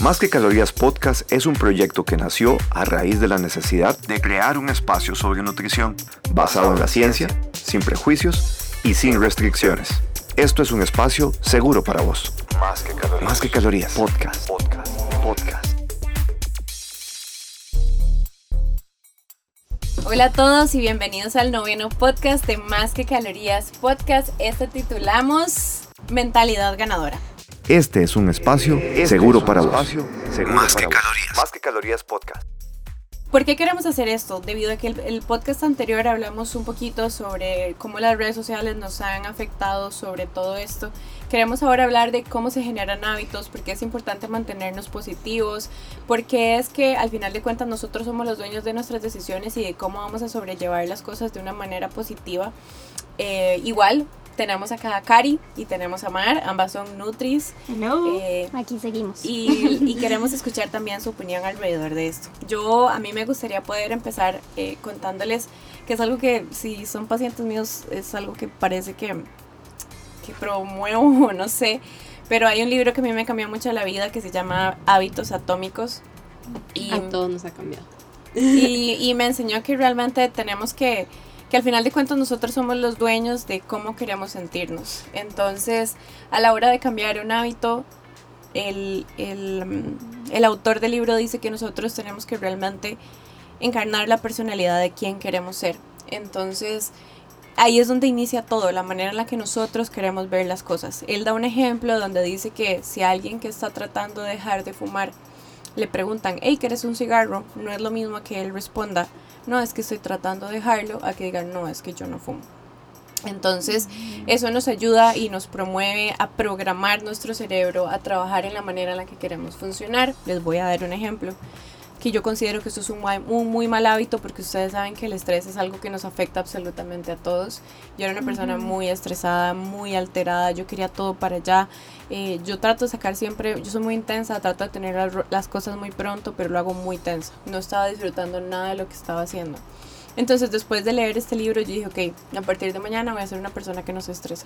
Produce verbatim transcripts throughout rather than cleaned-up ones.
Más que Calorías Podcast es un proyecto que nació a raíz de la necesidad de crear un espacio sobre nutrición basado en la ciencia, sin prejuicios y sin restricciones. Esto es un espacio seguro para vos. Más que Calorías, Más que calorías. Podcast. Podcast. Podcast. Hola a todos y bienvenidos al noveno podcast de Más que Calorías Podcast. Este titulamos Mentalidad Ganadora. Este es un espacio este seguro es un para espacio vos. Seguro Más para que vos. calorías. Más que Calorías Podcast. ¿Por qué queremos hacer esto? Debido a que el, el podcast anterior hablamos un poquito sobre cómo las redes sociales nos han afectado sobre todo esto. Queremos ahora hablar de cómo se generan hábitos, porque es importante mantenernos positivos, porque es que al final de cuentas nosotros somos los dueños de nuestras decisiones y de cómo vamos a sobrellevar las cosas de una manera positiva. Eh, igual tenemos acá a Cari y tenemos a Mar, ambas son Nutris. Hello. Eh, Aquí seguimos. Y, y queremos escuchar también su opinión alrededor de esto. Yo, a mí me gustaría poder empezar eh, contándoles que es algo que, si son pacientes míos, es algo que parece que, que promuevo, no sé. Pero hay un libro que a mí me cambió mucho la vida que se llama Hábitos Atómicos. Y, a todos nos ha cambiado. Y, y me enseñó que realmente tenemos que... que al final de cuentas nosotros somos los dueños de cómo queremos sentirnos. Entonces, a la hora de cambiar un hábito, el, el, el autor del libro dice que nosotros tenemos que realmente encarnar la personalidad de quien queremos ser. Entonces, ahí es donde inicia todo, la manera en la que nosotros queremos ver las cosas. Él da un ejemplo donde dice que si alguien que está tratando de dejar de fumar le preguntan, hey, ¿quieres un cigarro? No es lo mismo que él responda, no, es que estoy tratando de dejarlo, a que digan, no, es que yo no fumo. Entonces, eso nos ayuda y nos promueve a programar nuestro cerebro, a trabajar en la manera en la que queremos funcionar. Les voy a dar un ejemplo, que yo considero que esto es un, un muy mal hábito, porque ustedes saben que el estrés es algo que nos afecta absolutamente a todos. Yo era una persona muy estresada, muy alterada, yo quería todo para allá. Eh, yo trato de sacar siempre, yo soy muy intensa, trato de tener las, las cosas muy pronto, pero lo hago muy tensa. No estaba disfrutando nada de lo que estaba haciendo. Entonces, después de leer este libro, yo dije, ok, a partir de mañana voy a ser una persona que no se estresa.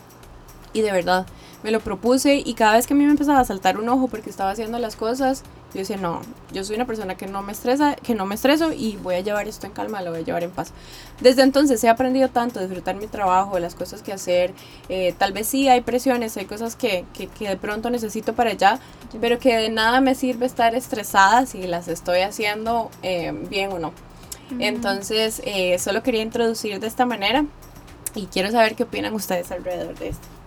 Y de verdad, me lo propuse, y cada vez que a mí me empezaba a saltar un ojo porque estaba haciendo las cosas, yo decía, no, yo soy una persona que no me estresa, que no me estreso, y voy a llevar esto en calma, lo voy a llevar en paz. Desde entonces he aprendido tanto a disfrutar mi trabajo, las cosas que hacer. Eh, tal vez sí hay presiones, hay cosas que, que, que de pronto necesito para allá, pero que de nada me sirve estar estresada si las estoy haciendo eh, bien o no. Uh-huh. Entonces, eh, solo quería introducir de esta manera, y quiero saber qué opinan ustedes alrededor de esto.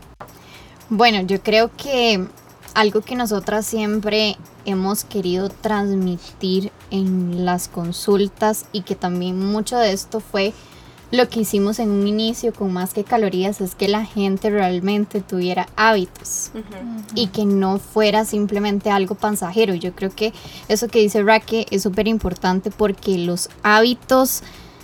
Bueno, yo creo que algo que nosotras siempre hemos querido transmitir en las consultas, y que también mucho de esto fue lo que hicimos en un inicio con Más que Calorías, es que la gente realmente tuviera hábitos, uh-huh, uh-huh, y que no fuera simplemente algo pasajero. Yo creo que eso que dice Raque es súper importante, porque los hábitos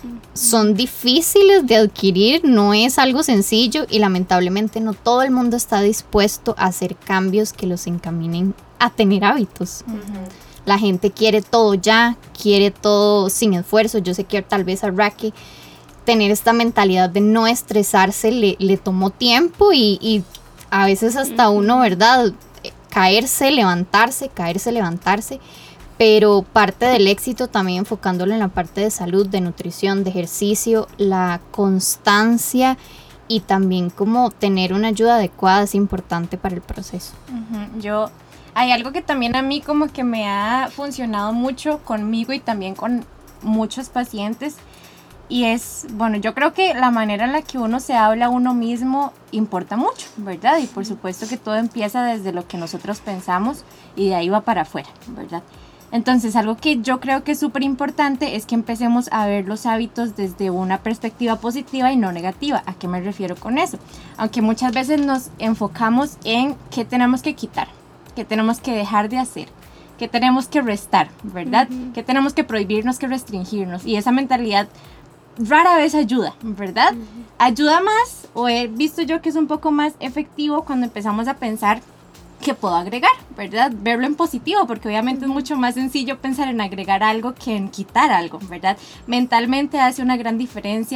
son difíciles de adquirir, no es algo sencillo, y lamentablemente no todo el mundo está dispuesto a hacer cambios que los encaminen a tener hábitos. Uh-huh. La gente quiere todo ya, quiere todo sin esfuerzo. Yo sé que tal vez a Raque tener esta mentalidad de no estresarse le, le tomó tiempo, y, y a veces hasta uno, ¿verdad? Caerse, levantarse, caerse, levantarse. Pero parte del éxito, también enfocándolo en la parte de salud, de nutrición, de ejercicio, la constancia, y también como tener una ayuda adecuada es importante para el proceso. Uh-huh. Yo, hay algo que también a mí como que me ha funcionado mucho conmigo y también con muchos pacientes, y es, bueno, yo creo que la manera en la que uno se habla a uno mismo importa mucho, ¿verdad? Y por supuesto que todo empieza desde lo que nosotros pensamos, y de ahí va para afuera, ¿verdad? Entonces, algo que yo creo que es súper importante es que empecemos a ver los hábitos desde una perspectiva positiva y no negativa. ¿A qué me refiero con eso? Aunque muchas veces nos enfocamos en qué tenemos que quitar, qué tenemos que dejar de hacer, qué tenemos que restar, ¿verdad? Uh-huh. Qué tenemos que prohibirnos, que restringirnos. Y esa mentalidad rara vez ayuda, ¿verdad? Uh-huh. Ayuda más, o he visto yo que es un poco más efectivo cuando empezamos a pensar que puedo agregar, ¿verdad? Verlo en positivo, porque obviamente es mucho más sencillo pensar en agregar algo que en quitar algo, ¿verdad? Mentalmente hace una gran diferencia,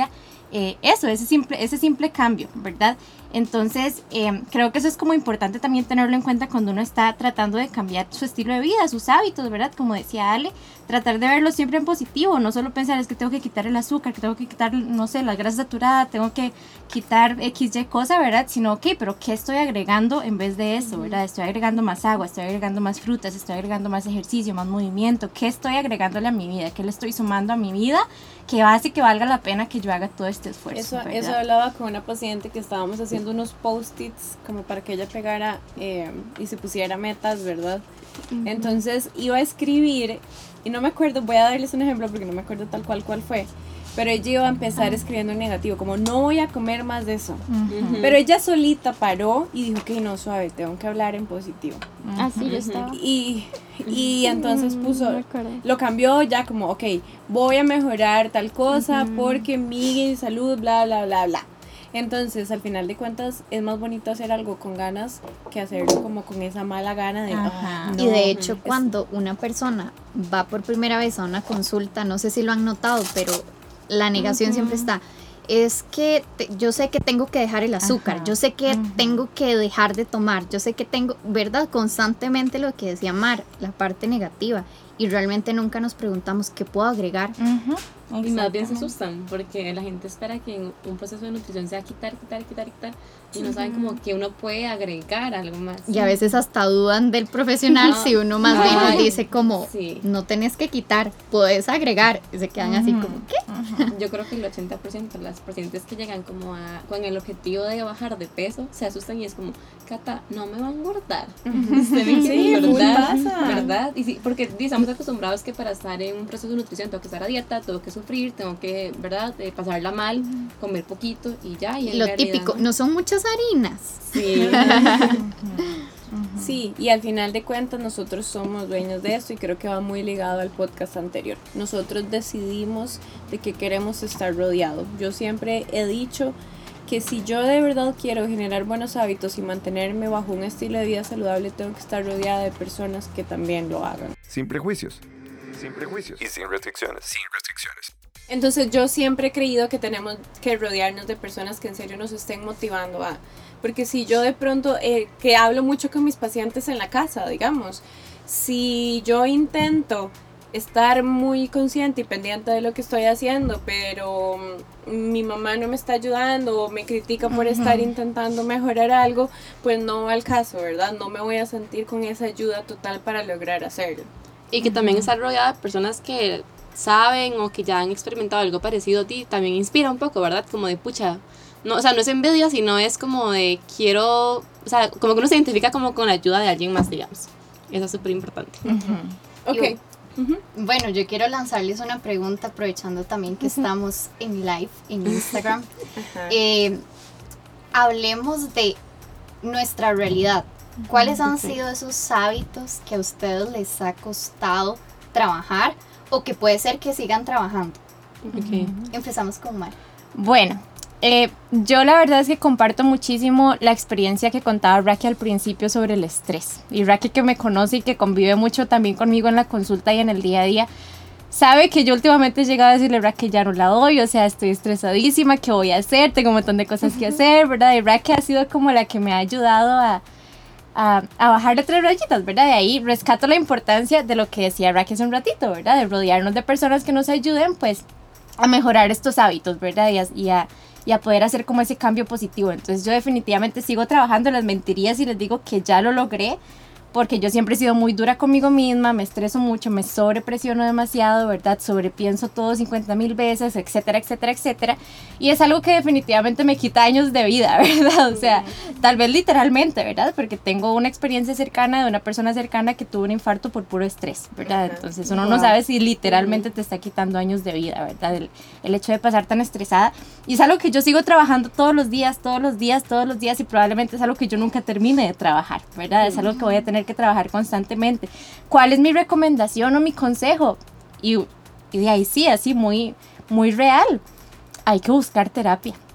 eh, eso, ese simple, ese simple cambio, ¿verdad? Entonces, eh, creo que eso es como importante también tenerlo en cuenta cuando uno está tratando de cambiar su estilo de vida, sus hábitos, ¿verdad? Como decía Ale, tratar de verlo siempre en positivo, no solo pensar es que tengo que quitar el azúcar, que tengo que quitar, no sé, las grasas saturadas, tengo que quitar X, Y cosa, ¿verdad? Sino, ok, pero ¿qué estoy agregando en vez de eso, ¿verdad? Estoy agregando más agua, estoy agregando más frutas, estoy agregando más ejercicio, más movimiento, ¿qué estoy agregándole a mi vida? ¿Qué le estoy sumando a mi vida que hace que valga la pena que yo haga todo este esfuerzo? Eso, eso hablaba con una paciente que estábamos haciendo unos post-its como para que ella pegara eh, y se pusiera metas, ¿verdad? Uh-huh. Entonces iba a escribir, y no me acuerdo, voy a darles un ejemplo porque no me acuerdo tal cual cuál fue, pero ella iba a empezar uh-huh. escribiendo en negativo, como no voy a comer más de eso. Uh-huh. Pero ella solita paró y dijo que no, suave, tengo que hablar en positivo. Uh-huh. Así yo estaba. Y, y entonces puso, lo cambió ya como, ok, voy a mejorar tal cosa uh-huh. porque mi salud, bla, bla, bla, bla. Entonces, al final de cuentas, es más bonito hacer algo con ganas que hacerlo como con esa mala gana de... Ajá. No. Y de hecho, cuando una persona va por primera vez a una consulta, no sé si lo han notado, pero la negación uh-huh. siempre está. Es que te, yo sé que tengo que dejar el azúcar, Ajá. yo sé que uh-huh. tengo que dejar de tomar, yo sé que tengo, ¿verdad? Constantemente lo que decía Mar, la parte negativa. Y realmente nunca nos preguntamos qué puedo agregar. Uh-huh. Y más bien se asustan porque la gente espera que en un proceso de nutrición sea quitar, quitar, quitar, quitar y no uh-huh. saben como que uno puede agregar algo más. Y a veces hasta dudan del profesional no. si uno más bien nos dice como sí. no tenés que quitar, puedes agregar y se quedan uh-huh. así como ¿qué? Uh-huh. Yo creo que el ochenta por ciento de las pacientes que llegan como a, con el objetivo de bajar de peso se asustan y es como Cata, no me va a engordar. Uh-huh. Se me sí, engordar, ¿verdad? Y sí, porque estamos acostumbrados que para estar en un proceso de nutrición tengo que estar a dieta, tengo que sufrir, tengo que, ¿verdad? Eh, pasarla mal, comer poquito y ya. Y lo típico, no son muchas harinas. Sí. Sí, y al final de cuentas nosotros somos dueños de esto y creo que va muy ligado al podcast anterior. Nosotros decidimos de qué queremos estar rodeados. Yo siempre he dicho que si yo de verdad quiero generar buenos hábitos y mantenerme bajo un estilo de vida saludable, tengo que estar rodeada de personas que también lo hagan. Sin prejuicios. Sin prejuicios. Y sin restricciones. Sin restricciones. Entonces yo siempre he creído que tenemos que rodearnos de personas que en serio nos estén motivando a... Porque si yo de pronto, eh, que hablo mucho con mis pacientes en la casa, digamos, si yo intento estar muy consciente y pendiente de lo que estoy haciendo, pero mi mamá no me está ayudando o me critica por uh-huh. estar intentando mejorar algo, pues no va al caso, ¿verdad? No me voy a sentir con esa ayuda total para lograr hacerlo. Y que también estar rodeada de personas que saben o que ya han experimentado algo parecido a ti también inspira un poco, ¿verdad? Como de pucha, no, o sea, no es envidia, sino es como de quiero, o sea, como que uno se identifica como con la ayuda de alguien más, digamos. Eso es súper importante. Uh-huh. Ok. Uh-huh. Bueno, yo quiero lanzarles una pregunta aprovechando también que uh-huh. estamos en live en Instagram. Uh-huh. eh, hablemos de nuestra realidad. ¿Cuáles han sido esos hábitos que a ustedes les ha costado trabajar o que puede ser que sigan trabajando? Okay. Empezamos con Mar. Bueno, eh, yo la verdad es que comparto muchísimo la experiencia que contaba Raquel al principio sobre el estrés. Y Raquel, que me conoce y que convive mucho también conmigo en la consulta y en el día a día, sabe que yo últimamente he llegado a decirle, Raquel, ya no la doy, o sea, estoy estresadísima, ¿qué voy a hacer? Tengo un montón de cosas que hacer, ¿verdad? Y Raquel ha sido como la que me ha ayudado a... A, a bajarle tres rayitas, ¿verdad? De ahí rescato la importancia de lo que decía Raquel hace un ratito, ¿verdad? De rodearnos de personas que nos ayuden, pues, a mejorar estos hábitos, ¿verdad? Y a, y a, y a poder hacer como ese cambio positivo. Entonces yo definitivamente sigo trabajando, les mentiría si les digo que ya lo logré, porque yo siempre he sido muy dura conmigo misma, me estreso mucho, me sobrepresiono demasiado, ¿verdad? Sobrepienso todo cincuenta mil veces, etcétera, etcétera, etcétera. Y es algo que definitivamente me quita años de vida, ¿verdad? O sea, tal vez literalmente, ¿verdad? Porque tengo una experiencia cercana de una persona cercana que tuvo un infarto por puro estrés, ¿verdad? Entonces uno no sabe si literalmente te está quitando años de vida, ¿verdad? El, el hecho de pasar tan estresada. Y es algo que yo sigo trabajando todos los días, todos los días, todos los días, y probablemente es algo que yo nunca termine de trabajar, ¿verdad? Es algo que voy a tener que trabajar constantemente. ¿Cuál es mi recomendación o mi consejo? Y, y de ahí sí, así muy, muy real. Hay que buscar terapia.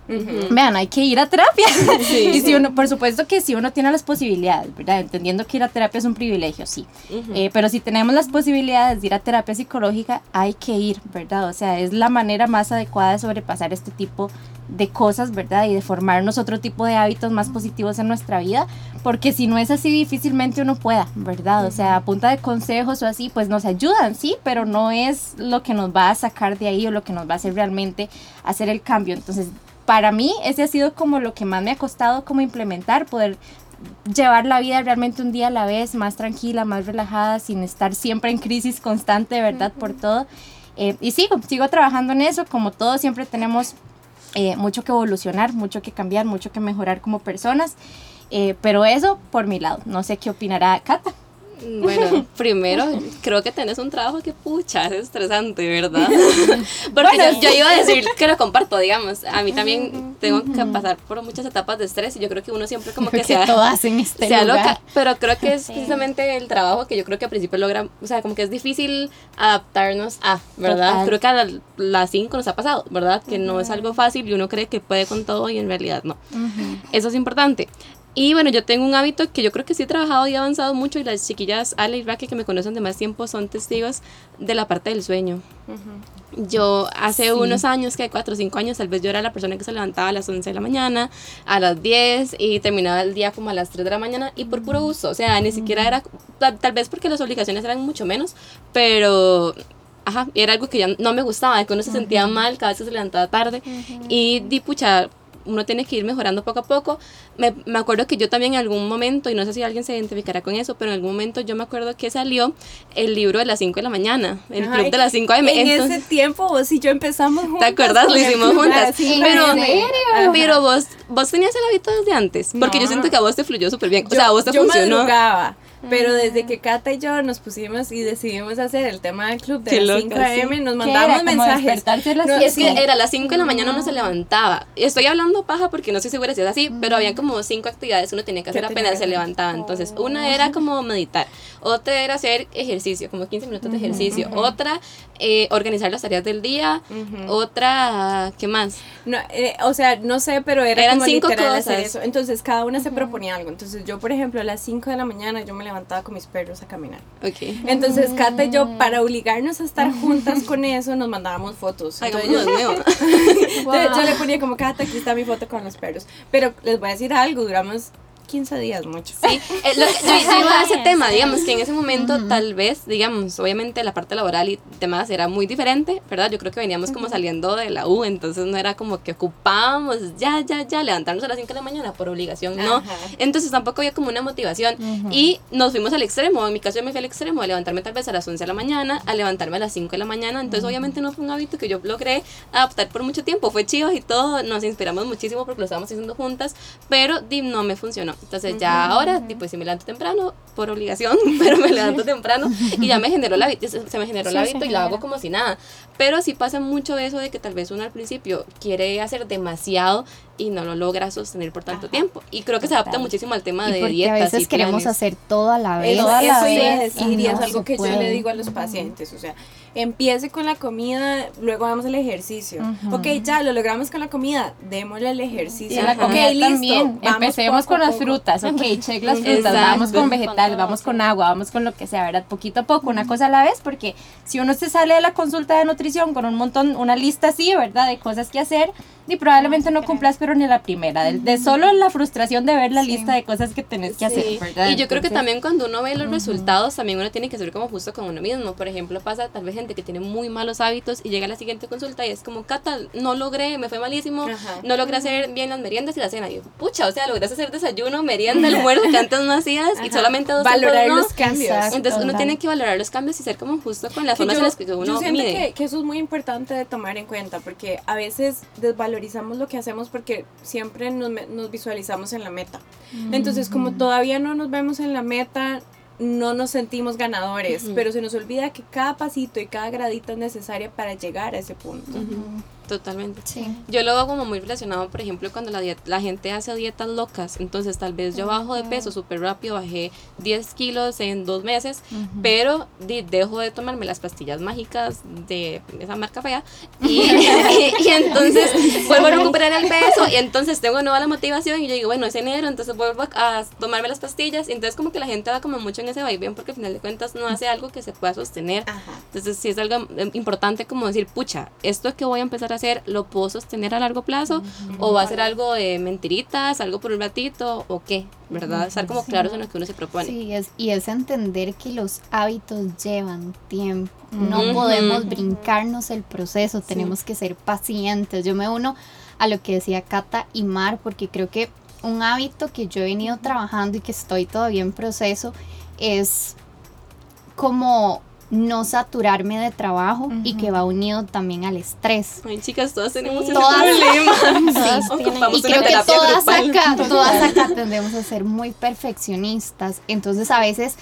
Ujú. Vean, hay que ir a terapia. Sí. Y si uno, por supuesto que si uno tiene las posibilidades, ¿verdad? Entendiendo que ir a terapia es un privilegio, sí. Ujú. Eh, pero si tenemos las posibilidades de ir a terapia psicológica, hay que ir, ¿verdad? O sea, es la manera más adecuada de sobrepasar este tipo de cosas, ¿verdad? Y de formarnos otro tipo de hábitos más positivos en nuestra vida, porque si no es así, difícilmente uno pueda, ¿verdad? O sea, a punta de consejos o así, pues nos ayudan, sí, pero no es lo que nos va a sacar de ahí o lo que nos va a hacer realmente hacer el cambio. Entonces, para mí, ese ha sido como lo que más me ha costado como implementar, poder llevar la vida realmente un día a la vez, más tranquila, más relajada, sin estar siempre en crisis constante, ¿verdad? Uh-huh. Por todo. Eh, y sigo, sigo trabajando en eso, como todos siempre tenemos eh, mucho que evolucionar, mucho que cambiar, mucho que mejorar como personas, eh, pero eso por mi lado, no sé qué opinará Cata. Bueno, primero, creo que tenés un trabajo que pucha, es estresante, ¿verdad? Porque Bueno, yo, yo iba a decir que lo comparto, digamos. A mí también tengo que pasar por muchas etapas de estrés y yo creo que uno siempre como que se todas en este sea lugar. loca, pero creo que es precisamente el trabajo que yo creo que al principio logra, o sea, como que es difícil adaptarnos a, ¿verdad? Total. Creo que a las cinco nos ha pasado, ¿verdad? Que no es algo fácil y uno cree que puede con todo y en realidad no. Uh-huh. Eso es importante. Y bueno, yo tengo un hábito que yo creo que sí he trabajado y he avanzado mucho, y las chiquillas Ale y Raquel, que me conocen de más tiempo, son testigos de la parte del sueño. Uh-huh. Yo hace sí. unos años, que cuatro o cinco años, tal vez yo era la persona que se levantaba a las once de la mañana, a las diez, y terminaba el día como a las tres de la mañana, y por puro gusto, o sea, ni siquiera era, tal, tal vez porque las obligaciones eran mucho menos, pero... Ajá, era algo que ya no me gustaba, que uno se uh-huh. sentía mal cada vez que se levantaba tarde, uh-huh. y di pucha, uno tiene que ir mejorando poco a poco. Me, me acuerdo que yo también en algún momento, y no sé si alguien se identificará con eso, pero en algún momento yo me acuerdo que salió el libro de las cinco de la mañana, el Ajá, club de las cinco a eme. En Entonces, ese tiempo vos y yo empezamos juntas. ¿Te acuerdas? Lo hicimos juntas. Sí, pero, ¿en serio? Pero vos, vos tenías el hábito desde antes, porque no. yo siento que a vos te fluyó súper bien. Yo, o sea, a vos te yo funcionó. Madrugaba. Pero desde que Cata y yo nos pusimos y decidimos hacer el tema del club de Qué las cinco a eme, sí. nos mandamos mensajes. No, es que era las cinco de la mañana uno se levantaba. Estoy hablando paja porque no estoy segura si es así, mm. pero había como cinco actividades que uno tenía que hacer apenas que se levantaba. Entonces, oh. una era como meditar, otra era hacer ejercicio, como quince minutos de ejercicio, uh-huh. otra, eh, organizar las tareas del día, uh-huh. otra, ¿qué más? No, eh, o sea, no sé, pero era Eran como cinco literal cosas. hacer eso. Entonces, cada una uh-huh. se proponía algo. Entonces, yo, por ejemplo, a las cinco de la mañana yo me levantaba con mis perros a caminar. Okay. Entonces, Cata y yo, para obligarnos a estar juntas con eso, nos mandábamos fotos. Entonces, yo, wow. Entonces, yo le ponía como, Cata, aquí está mi foto con los perros. Pero les voy a decir algo, duramos quince días mucho. Sí, eh, lo, yo, yo iba a ese tema, digamos que en ese momento uh-huh. tal vez, digamos, obviamente la parte laboral y demás era muy diferente, ¿verdad? Yo creo que veníamos uh-huh. como saliendo de la U, entonces no era como que ocupábamos ya, ya, ya, levantarnos a las cinco de la mañana por obligación, ¿no? Uh-huh. Entonces tampoco había como una motivación uh-huh. y nos fuimos al extremo, en mi caso yo me fui al extremo, a levantarme tal vez a las once de la mañana, a levantarme a las cinco de la mañana, entonces uh-huh. obviamente no fue un hábito que yo logré adaptar por mucho tiempo, fue chido y todo, nos inspiramos muchísimo porque lo estábamos haciendo juntas, pero di, no me funcionó. Entonces ya ahora, tipo, si me levanto temprano, por obligación, pero me levanto temprano y ya me generó el hábito, se me generó el hábito y lo hago como si nada. Pero sí pasa mucho eso de que tal vez uno al principio quiere hacer demasiado y no lo logra sostener por tanto Ajá. tiempo. Y creo que se adapta muchísimo al tema de dietas. A veces y queremos planes. hacer todo a la vez. Eso, a eso la iba a vez, decir, y no es algo que puede. yo le digo a los pacientes, o sea, empiece con la comida, luego vamos al ejercicio. Uh-huh. Ok, ya, lo logramos con la comida, démosle el ejercicio. Y la comida okay, también, listo, empecemos con las frutas, ok, check las frutas, Exacto. vamos con vegetales, vamos con agua, vamos con lo que sea, ¿verdad? Poquito a poco, una cosa a la vez, porque si uno se sale de la consulta de nutrición con un montón, una lista así, ¿verdad? De cosas que hacer, y probablemente no cumplas, pero ni la primera, de, de solo la frustración de ver la sí. lista de cosas que tenés que sí. hacer, ¿verdad? Y yo creo que también cuando uno ve los uh-huh. resultados, también uno tiene que ser como justo con uno mismo. Por ejemplo, pasa tal vez gente que tiene muy malos hábitos y llega a la siguiente consulta y es como, Cata, no logré, me fue malísimo, Ajá. no logré hacer bien las meriendas y la cena. Y yo, pucha, o sea, lograste hacer desayuno, merienda, almuerzo que antes no hacías Ajá. y solamente dos valorar no. los cambios. Exacto, Entonces uno tiene que valorar los cambios y ser como justo con las formas en las que uno yo siento mide. Que, que eso es muy importante de tomar en cuenta, porque a veces desvalorizamos lo que hacemos porque siempre nos, nos visualizamos en la meta. Mm-hmm. Entonces, como todavía no nos vemos en la meta, no nos sentimos ganadores, uh-huh. pero se nos olvida que cada pasito y cada gradita es necesaria para llegar a ese punto. Uh-huh. Totalmente. Sí. Yo lo veo como muy relacionado, por ejemplo, cuando la, diet- la gente hace dietas locas. Entonces, tal vez yo bajo de peso súper rápido, bajé diez kilos en dos meses, uh-huh. pero de, dejo de tomarme las pastillas mágicas de esa marca fea y, y, y entonces vuelvo a recuperar el peso y entonces tengo nueva la motivación y yo digo, bueno, es enero, entonces vuelvo a, a tomarme las pastillas. Y entonces como que la gente va como mucho en ese vaivén porque al final de cuentas no hace algo que se pueda sostener. Ajá. Entonces, sí es algo importante como decir, pucha, esto que voy a empezar a hacer, ¿lo puedo sostener a largo plazo? Uh-huh. ¿O va a ser algo de mentiritas, algo por un ratito? ¿O qué? ¿Verdad? Uh-huh. Estar como sí. claros en lo que uno se propone. Sí, es, y es entender que los hábitos llevan tiempo. Uh-huh. No podemos brincarnos el proceso, sí. tenemos que ser pacientes. Yo me uno a lo que decía Cata y Mar, porque creo que un hábito que yo he venido uh-huh. trabajando y que estoy todavía en proceso es como no saturarme de trabajo uh-huh. y que va unido también al estrés. Ay, chicas, todas tenemos sí. ese todas, problema. Sí. Y creo que todas acá, todas acá tendemos a ser muy perfeccionistas. Entonces, a veces,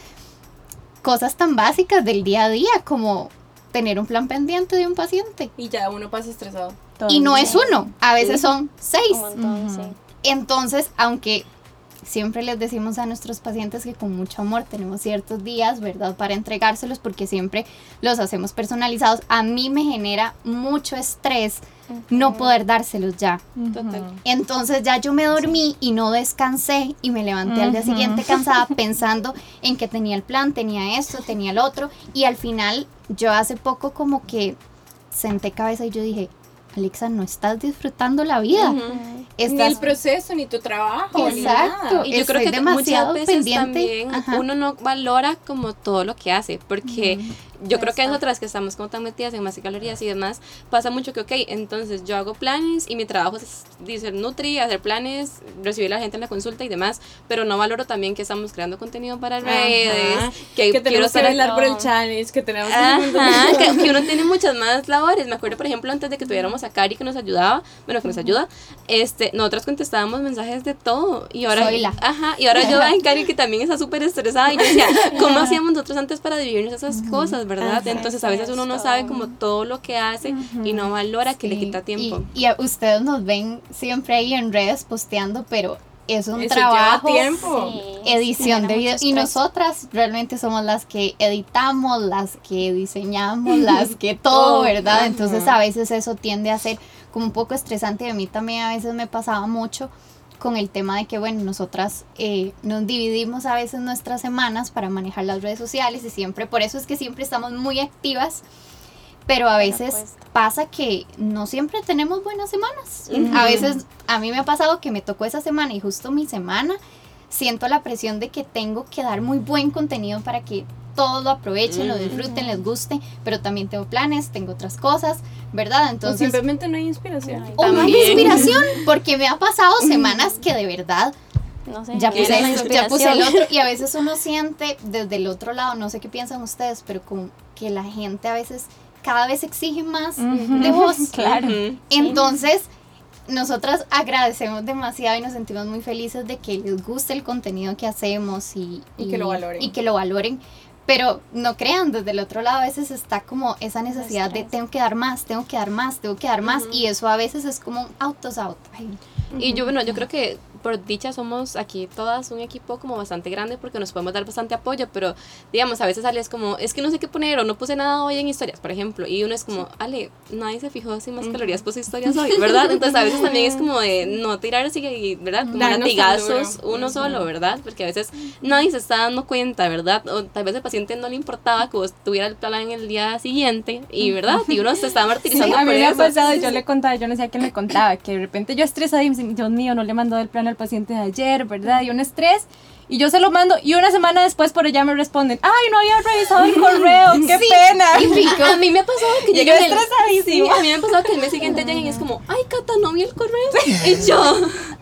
cosas tan básicas del día a día como tener un plan pendiente de un paciente. Y ya uno pasa estresado. Todo y no es uno, a veces sí. son seis. Un montón, uh-huh. sí. Entonces, aunque siempre les decimos a nuestros pacientes que con mucho amor tenemos ciertos días, ¿verdad?, para entregárselos porque siempre los hacemos personalizados. A mí me genera mucho estrés uh-huh. no poder dárselos ya. Uh-huh. Entonces ya yo me dormí y no descansé y me levanté uh-huh. al día siguiente cansada pensando en que tenía el plan, tenía esto, tenía el otro. Y al final yo hace poco como que senté cabeza y yo dije, Alexa, no estás disfrutando la vida. Uh-huh. Estás... Ni el proceso, ni tu trabajo. Exacto. Y yo creo que demasiado muchas veces pendiente. También Ajá. uno no valora como todo lo que hace, porque uh-huh. yo creo que nosotras que estamos como tan metidas en más calorías y demás, pasa mucho que, ok, entonces yo hago planes y mi trabajo es ser nutri, hacer planes, recibir a la gente en la consulta y demás, pero no valoro también que estamos creando contenido para redes, Ajá. que, que tenemos que bailar por el challenge, que tenemos Ajá, que, que uno tiene muchas más labores. Me acuerdo, por ejemplo, antes de que tuviéramos a Cari que nos ayudaba, bueno, que nos ayuda, este, nosotras contestábamos mensajes de todo, y ahora, Soy la. ajá, y ahora yo veo a Cari que también está súper estresada, y yo decía, ¿cómo hacíamos nosotros antes para dividirnos esas uh-huh. cosas, verdad? Ajá, entonces a veces uno no sabe como todo lo que hace uh-huh. y no valora sí. que le quita tiempo. Y, y a ustedes nos ven siempre ahí en redes posteando, pero es un Eso trabajo, tiempo. Sí, edición de video, y nosotras realmente somos las que editamos, las que diseñamos, las que todo, oh, ¿verdad? Uh-huh. Entonces a veces eso tiende a ser como un poco estresante. A mí también a veces me pasaba mucho con el tema de que, bueno, nosotras eh, nos dividimos a veces nuestras semanas para manejar las redes sociales y siempre, por eso es que siempre estamos muy activas, pero a veces pasa que no siempre tenemos buenas semanas. Uh-huh. A veces a mí me ha pasado que me tocó esa semana y justo mi semana siento la presión de que tengo que dar muy buen contenido para que todos lo aprovechen, uh-huh. lo disfruten, les guste, pero también tengo planes, tengo otras cosas, ¿verdad? Entonces, o simplemente no hay inspiración. O no hay inspiración, porque me ha pasado semanas que de verdad no sé, ya, puse, ya puse el otro, y a veces uno siente desde el otro lado, no sé qué piensan ustedes, pero como que la gente a veces cada vez exige más uh-huh. de vos. Claro. Entonces, nosotras agradecemos demasiado y nos sentimos muy felices de que les guste el contenido que hacemos y, y, y que lo valoren. Y que lo valoren. Pero no crean, desde el otro lado a veces está como esa necesidad de tengo que dar más, tengo que dar más, tengo que dar más, uh-huh. y eso a veces es como un auto-sabotaje. Uh-huh. Y yo, bueno, yo creo que por dicha somos aquí todas un equipo como bastante grande porque nos podemos dar bastante apoyo, pero digamos, a veces Ale es como, es que no sé qué poner o no puse nada hoy en historias, por ejemplo, y uno es como, Ale, nadie se fijó si más calorías puse historias hoy, ¿verdad? Entonces a veces también es como de no tirar así, ¿verdad? Como Danos latigazos uno solo, ¿verdad? Porque a veces nadie se está dando cuenta, ¿verdad? O tal vez el paciente no le importaba que vos tuviera el plan en el día siguiente, y ¿verdad? Y uno se está martirizando. Sí, a mí me ha eso. pasado, yo le contaba, yo no sé a quién le contaba, que de repente yo estresada y me decía, Dios mío, no le mandó el plan al paciente de ayer, ¿verdad? Y un estrés, y yo se lo mando, y una semana después por allá me responden, ay, no había revisado el correo, qué sí, pena. Y a mí me ha pasado que y lleguen yo estresadísima. Sí, a mí me ha pasado que el mes siguiente lleguen y es como, ay, Cata, no vi el correo. Y yo.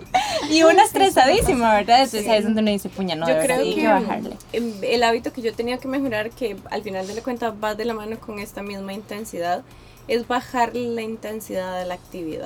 Y una estresadísima, ¿verdad? Entonces sí. ahí es donde uno dice, puña, no, yo de creo verdad, que, hay que bajarle. El hábito que yo tenía que mejorar, que al final de la cuenta va de la mano con esta misma intensidad, es bajar la intensidad de la actividad.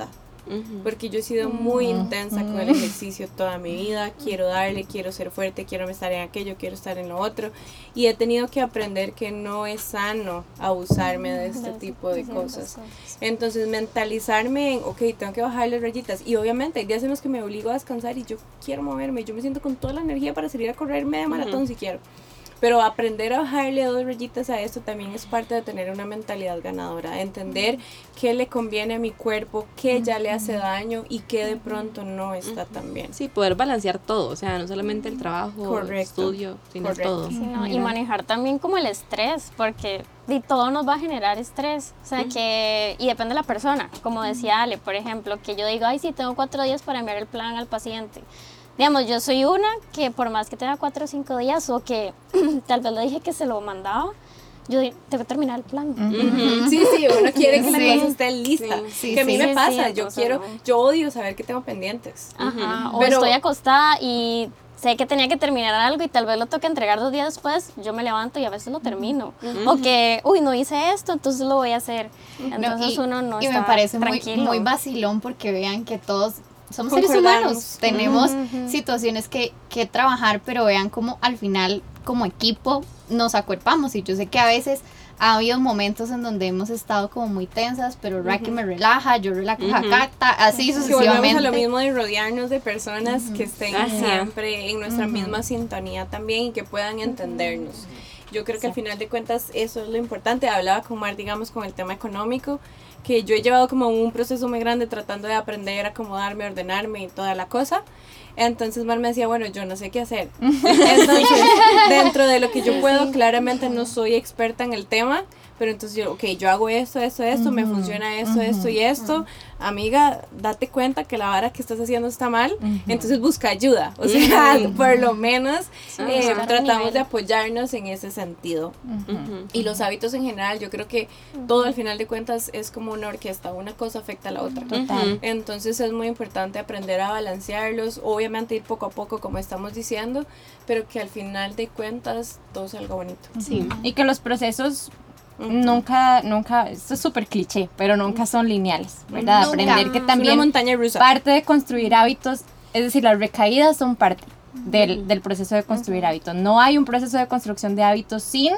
Ujú. porque yo he sido muy intensa con el ejercicio toda mi vida, quiero darle, quiero ser fuerte, quiero estar en aquello, quiero estar en lo otro, y he tenido que aprender que no es sano abusarme de este tipo de cosas. Entonces mentalizarme en, ok, tengo que bajarle rayitas, y obviamente hay días en los que me obligo a descansar y yo quiero moverme, yo me siento con toda la energía para salir a correr media maratón uh-huh. si quiero. Pero aprender a bajarle dos rayitas a esto también es parte de tener una mentalidad ganadora, de entender qué le conviene a mi cuerpo, qué ya le hace daño y qué de pronto no está tan bien. Sí, poder balancear todo, o sea, no solamente el trabajo, Correcto. el estudio, sino Correcto. todo. Sí, no, y manejar también como el estrés, porque de todo nos va a generar estrés, o sea, uh-huh. que, y depende de la persona, como decía Ale, por ejemplo, que yo digo, ay, sí, tengo cuatro días para enviar el plan al paciente. Digamos, yo soy una que por más que tenga cuatro o cinco días o que tal vez le dije que se lo mandaba, yo tengo que terminar el plan. Uh-huh. Sí, sí, uno quiere que sí. la cosa esté lista. Sí, sí, que a mí sí, me pasa, sí, yo quiero, no. yo odio saber que tengo pendientes. Ajá, uh-huh. o Pero, estoy acostada y sé que tenía que terminar algo y tal vez lo toque entregar dos días después, yo me levanto y a veces lo termino. Uh-huh. O que, uy, no hice esto, entonces lo voy a hacer. Entonces no, y, uno no y está me parece tranquilo. muy, muy vacilón porque vean que todos somos seres humanos, tenemos uh-huh. situaciones que, que trabajar, pero vean cómo al final como equipo nos acuerpamos, y yo sé que a veces ha habido momentos en donde hemos estado como muy tensas, pero Raki uh-huh. me relaja, yo relajo a uh-huh. Cata, así sucesivamente. Que volvemos a lo mismo de rodearnos de personas uh-huh. que estén uh-huh. siempre en nuestra uh-huh. misma sintonía también y que puedan entendernos. Uh-huh. Yo creo que sí. al final de cuentas eso es lo importante. Hablaba con Mar, digamos, con el tema económico, que yo he llevado como un proceso muy grande tratando de aprender a acomodarme, ordenarme y toda la cosa. Entonces Mar me decía, bueno, yo no sé qué hacer. Entonces, dentro de lo que yo puedo, claramente no soy experta en el tema, pero entonces yo, ok, yo hago esto, esto, esto, uh-huh. me funciona esto, uh-huh. esto y esto. Uh-huh. Amiga, date cuenta que la vara que estás haciendo está mal, uh-huh. entonces busca ayuda. O sea, uh-huh. por lo menos eh, uh-huh. tratamos de apoyarnos en ese sentido. Uh-huh. Y los hábitos en general, yo creo que uh-huh. todo al final de cuentas es como una orquesta, una cosa afecta a la otra. Total. Entonces es muy importante aprender a balancearlos, obviamente ir poco a poco como estamos diciendo, pero que al final de cuentas todo salga bonito. Sí, y que los procesos Uh-huh. Nunca, nunca, esto es súper cliché, pero nunca son lineales, ¿verdad? Nunca. Aprender que también una montaña rusa. Parte de construir hábitos, es decir, las recaídas son parte del, del proceso de construir uh-huh. hábitos. No hay un proceso de construcción de hábitos sin,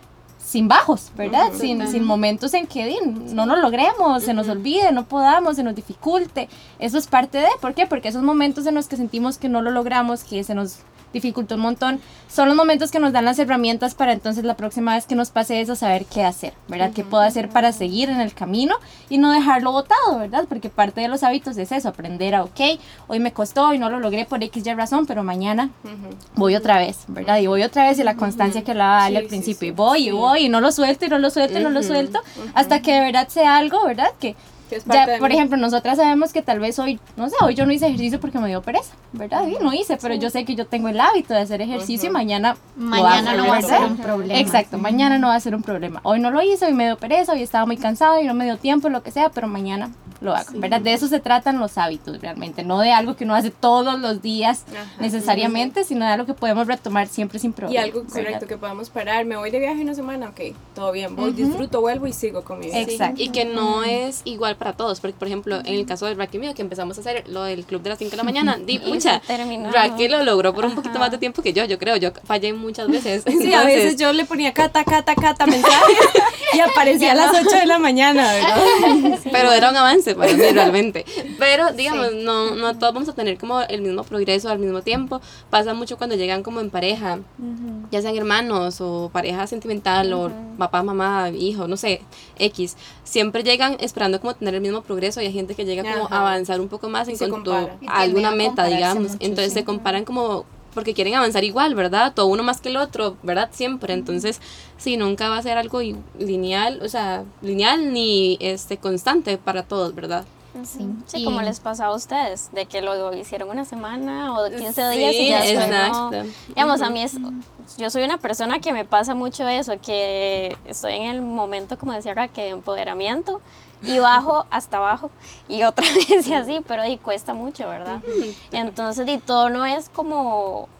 sin bajos, ¿verdad? Uh-huh. Sin, sin momentos en que din, no lo logremos, uh-huh. se nos olvide, no podamos, se nos dificulte. Eso es parte de, ¿por qué? Porque esos momentos en los que sentimos que no lo logramos, que se nos dificultó un montón, son los momentos que nos dan las herramientas para entonces la próxima vez que nos pase eso saber qué hacer, ¿verdad? Uh-huh. Qué puedo hacer para seguir en el camino y no dejarlo botado, ¿verdad? Porque parte de los hábitos es eso, aprender a, ok, hoy me costó y no lo logré por X y razón, pero mañana uh-huh. voy otra vez, ¿verdad? Y voy otra vez y la constancia uh-huh. que hablaba Ale sí, al principio, sí, sí. y voy y voy y no lo suelto y no lo suelto uh-huh. y no lo suelto, uh-huh. hasta que de verdad sea algo, ¿verdad? Que ya, por ejemplo, nosotras sabemos que tal vez hoy, no sé, hoy yo no hice ejercicio porque me dio pereza, ¿verdad? Y no hice, pero sí. yo sé que yo tengo el hábito de hacer ejercicio uh-huh. y mañana mañana no va a ser un problema. Exacto, uh-huh. mañana no va a ser un problema. Hoy no lo hice, hoy me dio pereza, hoy estaba muy cansado y no me dio tiempo, lo que sea, pero mañana lo hago, sí. ¿verdad? De eso se tratan los hábitos realmente, no de algo que uno hace todos los días uh-huh. necesariamente, uh-huh. sino de algo que podemos retomar siempre sin problema. Y algo correcto, ¿verdad? Que podamos parar, me voy de viaje una semana, ok, todo bien, voy, uh-huh. disfruto, vuelvo y sigo con mi vida. Exacto. Sí. Y que no es igual para todos, porque por ejemplo, en el caso del Raki mío, que empezamos a hacer lo del club de las cinco de la mañana, di, pucha, Raki lo logró por un poquito Ajá. más de tiempo que yo, yo creo, yo fallé muchas veces. Sí, entonces, a veces yo le ponía cata, cata, cata mensajes y aparecía a las ocho de la mañana, ¿verdad? Sí. Pero era un avance para mí realmente. Pero, digamos, sí. no, no todos vamos a tener como el mismo progreso al mismo tiempo. Pasa mucho cuando llegan como en pareja, uh-huh. ya sean hermanos o pareja sentimental uh-huh. o papá, mamá, hijo, no sé, X. Siempre llegan esperando como tener el mismo progreso y hay gente que llega como Ajá. a avanzar un poco más en cuanto a alguna meta, digamos. Mucho, Entonces sí. se comparan como porque quieren avanzar igual, ¿verdad? Todo uno más que el otro, ¿verdad? Siempre. Entonces, sí, nunca va a ser algo lineal, o sea, lineal ni este constante para todos, ¿verdad? Sí, sí, como les pasó a ustedes, de que lo hicieron una semana o quince días y ya después no. Digamos, uh-huh. a mí es, yo soy una persona que me pasa mucho eso, que estoy en el momento, como decía Raquel, de empoderamiento y bajo hasta abajo y otra vez y así, pero y cuesta mucho, ¿verdad? Uh-huh. Entonces, y todo no es como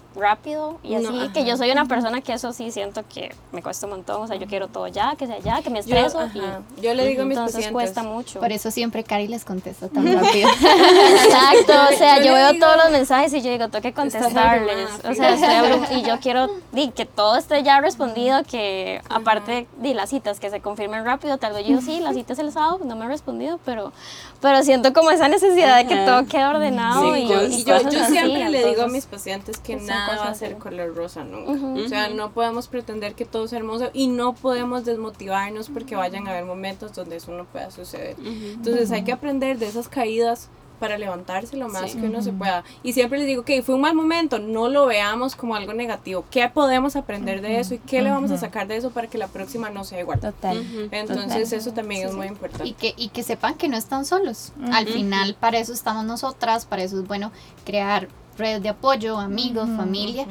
rápido y así, No, que ajá. yo soy una persona que eso sí siento que me cuesta un montón, o sea, yo quiero todo ya, que sea ya, que me Yo, estreso ajá, y yo le digo a mis entonces pacientes, cuesta mucho. Por eso siempre Cari les contesta tan rápido. Exacto, o sea, Yo yo le veo digo- todos los mensajes y yo digo, tengo que Estás contestarles, abrumada, o sea, estoy abrumada y yo quiero di, que todo esté ya respondido, que aparte de las citas que se confirmen rápido, tal vez yo digo, sí, la cita es el sábado, no me he respondido, pero, pero siento como esa necesidad de que Ajá. todo quede ordenado Sí, y, yo- y Y yo, cosas yo así, siempre le digo a entonces- mis pacientes que son nada va a cosas ser así. color rosa nunca. Ujú. O sea, no podemos pretender que todo sea hermoso y no podemos desmotivarnos porque vayan a haber momentos donde eso no pueda suceder. Entonces hay que aprender de esas caídas para levantarse lo más Sí. que uno se pueda. Y siempre les digo, que fue un mal momento, no lo veamos como algo negativo. ¿Qué podemos aprender de eso y qué le vamos a sacar de eso para que la próxima no sea igual? Total. Ujú. Entonces eso también es muy Y importante. que, y que sepan que no están solos. Al final, para eso estamos nosotras, para eso es bueno crear redes de apoyo, amigos, familia.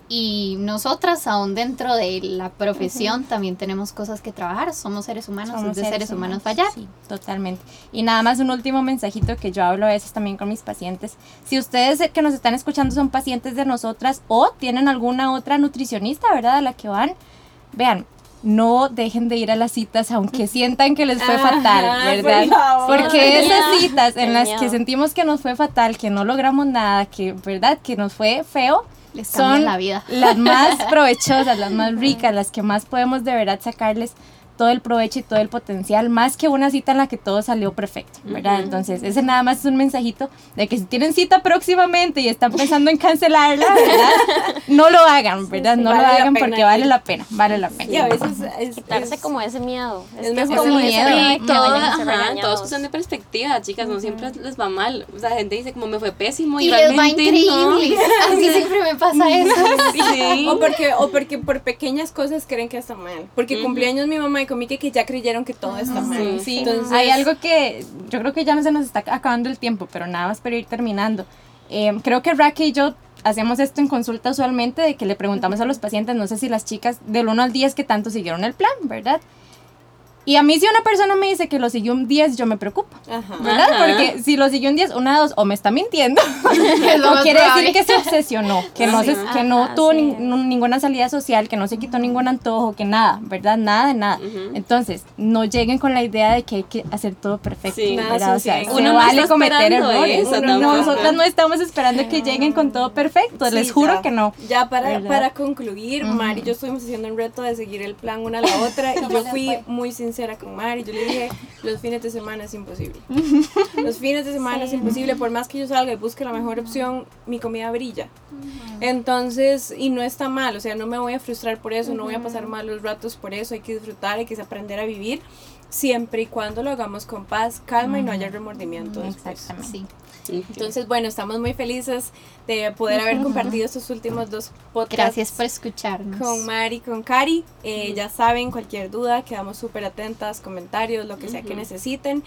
Y nosotras, aún dentro de la profesión, también tenemos cosas que trabajar. Somos seres humanos, Somos es de seres humanos, humanos, fallar. Sí, totalmente. Y nada más un último mensajito que yo hablo a veces también con mis pacientes. Si ustedes que nos están escuchando son pacientes de nosotras o tienen alguna otra nutricionista, ¿verdad? A la que van, vean, no dejen de ir a las citas aunque sientan que les fue Ajá, fatal, ¿verdad? por favor. Porque Qué esas miedo, citas en qué las miedo. que sentimos que nos fue fatal, que no logramos nada, que, ¿verdad? Que nos fue feo, Les cambian son la vida. las más provechosas, las más ricas, las que más podemos de verdad sacarles todo el provecho y todo el potencial, más que una cita en la que todo salió perfecto, ¿verdad? Entonces, ese nada más es un mensajito de que si tienen cita próximamente y están pensando en cancelarla, ¿verdad? No lo hagan, ¿verdad? sí, No vale lo la hagan pena porque ir. vale la pena, vale la pena. Y a veces es, quitarse es- como ese miedo. es que mejor como ese ese miedo. miedo de Y que todo, vayan a ser ajá, todo es regañados. cuestión de perspectiva, chicas, no siempre les va mal. O sea, la gente dice como me fue pésimo y, Y les va realmente increíble. A mí siempre me pasa eso. no. Sí. O porque, o porque por pequeñas cosas creen que está mal. Porque Ujú. cumpleaños mi mamá y conmigo que ya creyeron que todo está mal. Sí, Entonces, hay algo que yo creo que ya no se nos está acabando el tiempo, pero nada más para ir terminando. Eh, creo que Raquel y yo hacemos esto en consulta usualmente, de que le preguntamos a los pacientes, no sé si las chicas del uno al diez que tanto siguieron el plan, ¿verdad? Y a mí si una persona me dice que lo siguió un diez, yo me preocupo, Ajá. ¿verdad? Ajá. Porque si lo siguió un diez, una de dos, o me está mintiendo, Es lo o más quiere probable. decir que se obsesionó, que no, se, Ajá. que no Ajá, tuvo sí. nin- no- ninguna salida social, que no se quitó ningún antojo, que nada, ¿verdad? Nada de nada. Ujú. Entonces, no lleguen con la idea de que hay que hacer todo perfecto, Sí. Nada ¿verdad? O sea, social. se Uno no vale está cometer esperando errores. eso Uno- tampoco. nosotras no estamos esperando que lleguen con todo perfecto, les Sí, juro ya. que no. Ya para, ¿Verdad? para concluir, Mari y yo estuvimos haciendo un reto de seguir el plan una a la otra y yo fui muy sincera con Mari. Yo le dije, los fines de semana es imposible. Los fines de semana es imposible, por más que yo salga y busque la mejor opción, mi comida brilla. Entonces, y no está mal, o sea, no me voy a frustrar por eso, no voy a pasar malos ratos por eso, hay que disfrutar, hay que aprender a vivir, siempre y cuando lo hagamos con paz, calma y no haya remordimiento después. Exactamente. Sí. Entonces, bueno, estamos muy felices de poder haber compartido estos últimos dos podcasts. Gracias por escucharnos. Con Mari, con Cari. Eh, Ya saben, cualquier duda, quedamos súper atentas, comentarios, lo que sea que necesiten.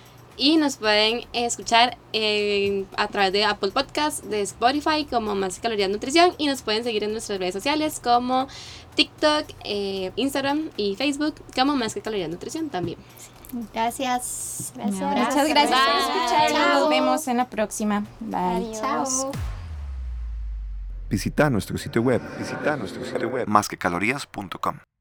Y nos pueden escuchar eh, a través de Apple Podcasts, de Spotify como Más que Calorías Nutrición, y nos pueden seguir en nuestras redes sociales como TikTok, eh, Instagram y Facebook como Más que Calorías Nutrición también. Gracias. Gracias. Un abrazo. Muchas gracias por Bye. escucharnos. Chao. Nos vemos en la próxima. Bye. Adiós. Chao. Visita nuestro sitio web, visita nuestro sitio web, más que calorías punto com.